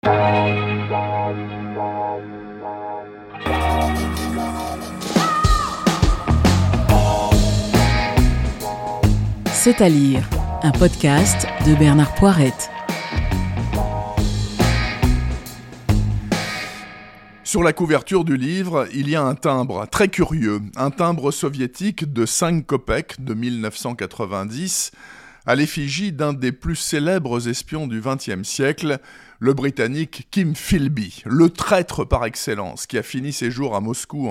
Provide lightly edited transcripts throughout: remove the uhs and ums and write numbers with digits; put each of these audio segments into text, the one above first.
C'est à lire, un podcast de Bernard Poirette. Sur la couverture du livre, il y a un timbre très curieux, un timbre soviétique de 5 kopecks de 1990, à l'effigie d'un des plus célèbres espions du XXe siècle, le Britannique Kim Philby, le traître par excellence, qui a fini ses jours à Moscou en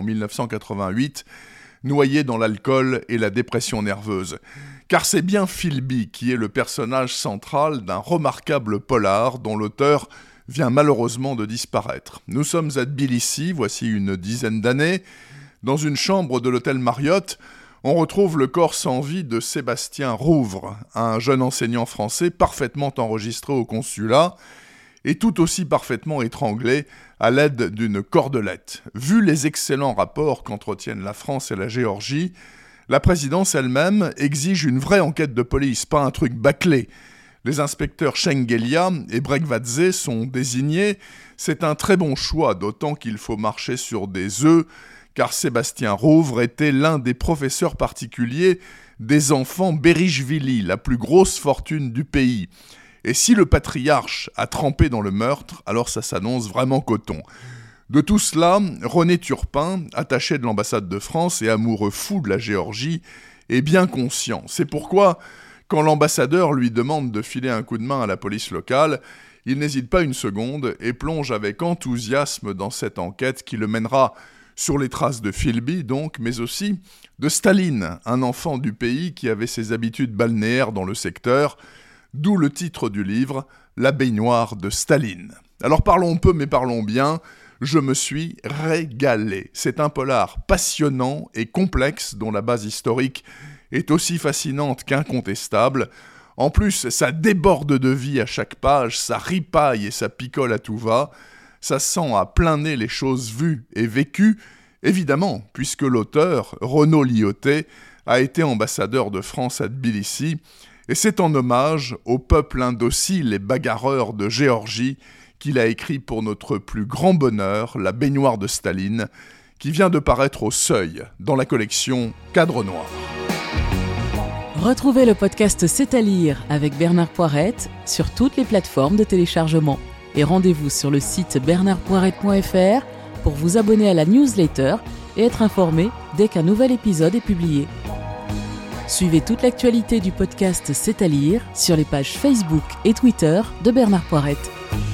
1988, noyé dans l'alcool et la dépression nerveuse. Car c'est bien Philby qui est le personnage central d'un remarquable polar dont l'auteur vient malheureusement de disparaître. Nous sommes à Tbilissi, voici une dizaine d'années. Dans une chambre de l'hôtel Marriott, on retrouve le corps sans vie de Sébastien Rouvre, un jeune enseignant français parfaitement enregistré au consulat et tout aussi parfaitement étranglé à l'aide d'une cordelette. Vu les excellents rapports qu'entretiennent la France et la Géorgie, la présidence elle-même exige une vraie enquête de police, pas un truc bâclé. Les inspecteurs Shengelia et Brekvadze sont désignés. C'est un très bon choix, d'autant qu'il faut marcher sur des œufs, car Sébastien Rouvre était l'un des professeurs particuliers des enfants Berichvili, la plus grosse fortune du pays. Et si le patriarche a trempé dans le meurtre, alors ça s'annonce vraiment coton. De tout cela, René Turpin, attaché de l'ambassade de France et amoureux fou de la Géorgie, est bien conscient. C'est pourquoi, quand l'ambassadeur lui demande de filer un coup de main à la police locale, il n'hésite pas une seconde et plonge avec enthousiasme dans cette enquête qui le mènera sur les traces de Philby, donc, mais aussi de Staline, un enfant du pays qui avait ses habitudes balnéaires dans le secteur, d'où le titre du livre, La baignoire de Staline. Alors parlons peu mais parlons bien, je me suis régalé. C'est un polar passionnant et complexe dont la base historique est aussi fascinante qu'incontestable. En plus, ça déborde de vie à chaque page, ça ripaille et ça picole à tout va. Ça sent à plein nez les choses vues et vécues, évidemment, puisque l'auteur, Renaud Lyoté, a été ambassadeur de France à Tbilissi, et c'est en hommage au peuple indocile et bagarreur de Géorgie qu'il a écrit pour notre plus grand bonheur, La baignoire de Staline, qui vient de paraître au Seuil, dans la collection Cadre Noir. Retrouvez le podcast C'est à lire avec Bernard Poirette sur toutes les plateformes de téléchargement. Et rendez-vous sur le site bernardpoirette.fr pour vous abonner à la newsletter et être informé dès qu'un nouvel épisode est publié. Suivez toute l'actualité du podcast C'est à lire sur les pages Facebook et Twitter de Bernard Poirette.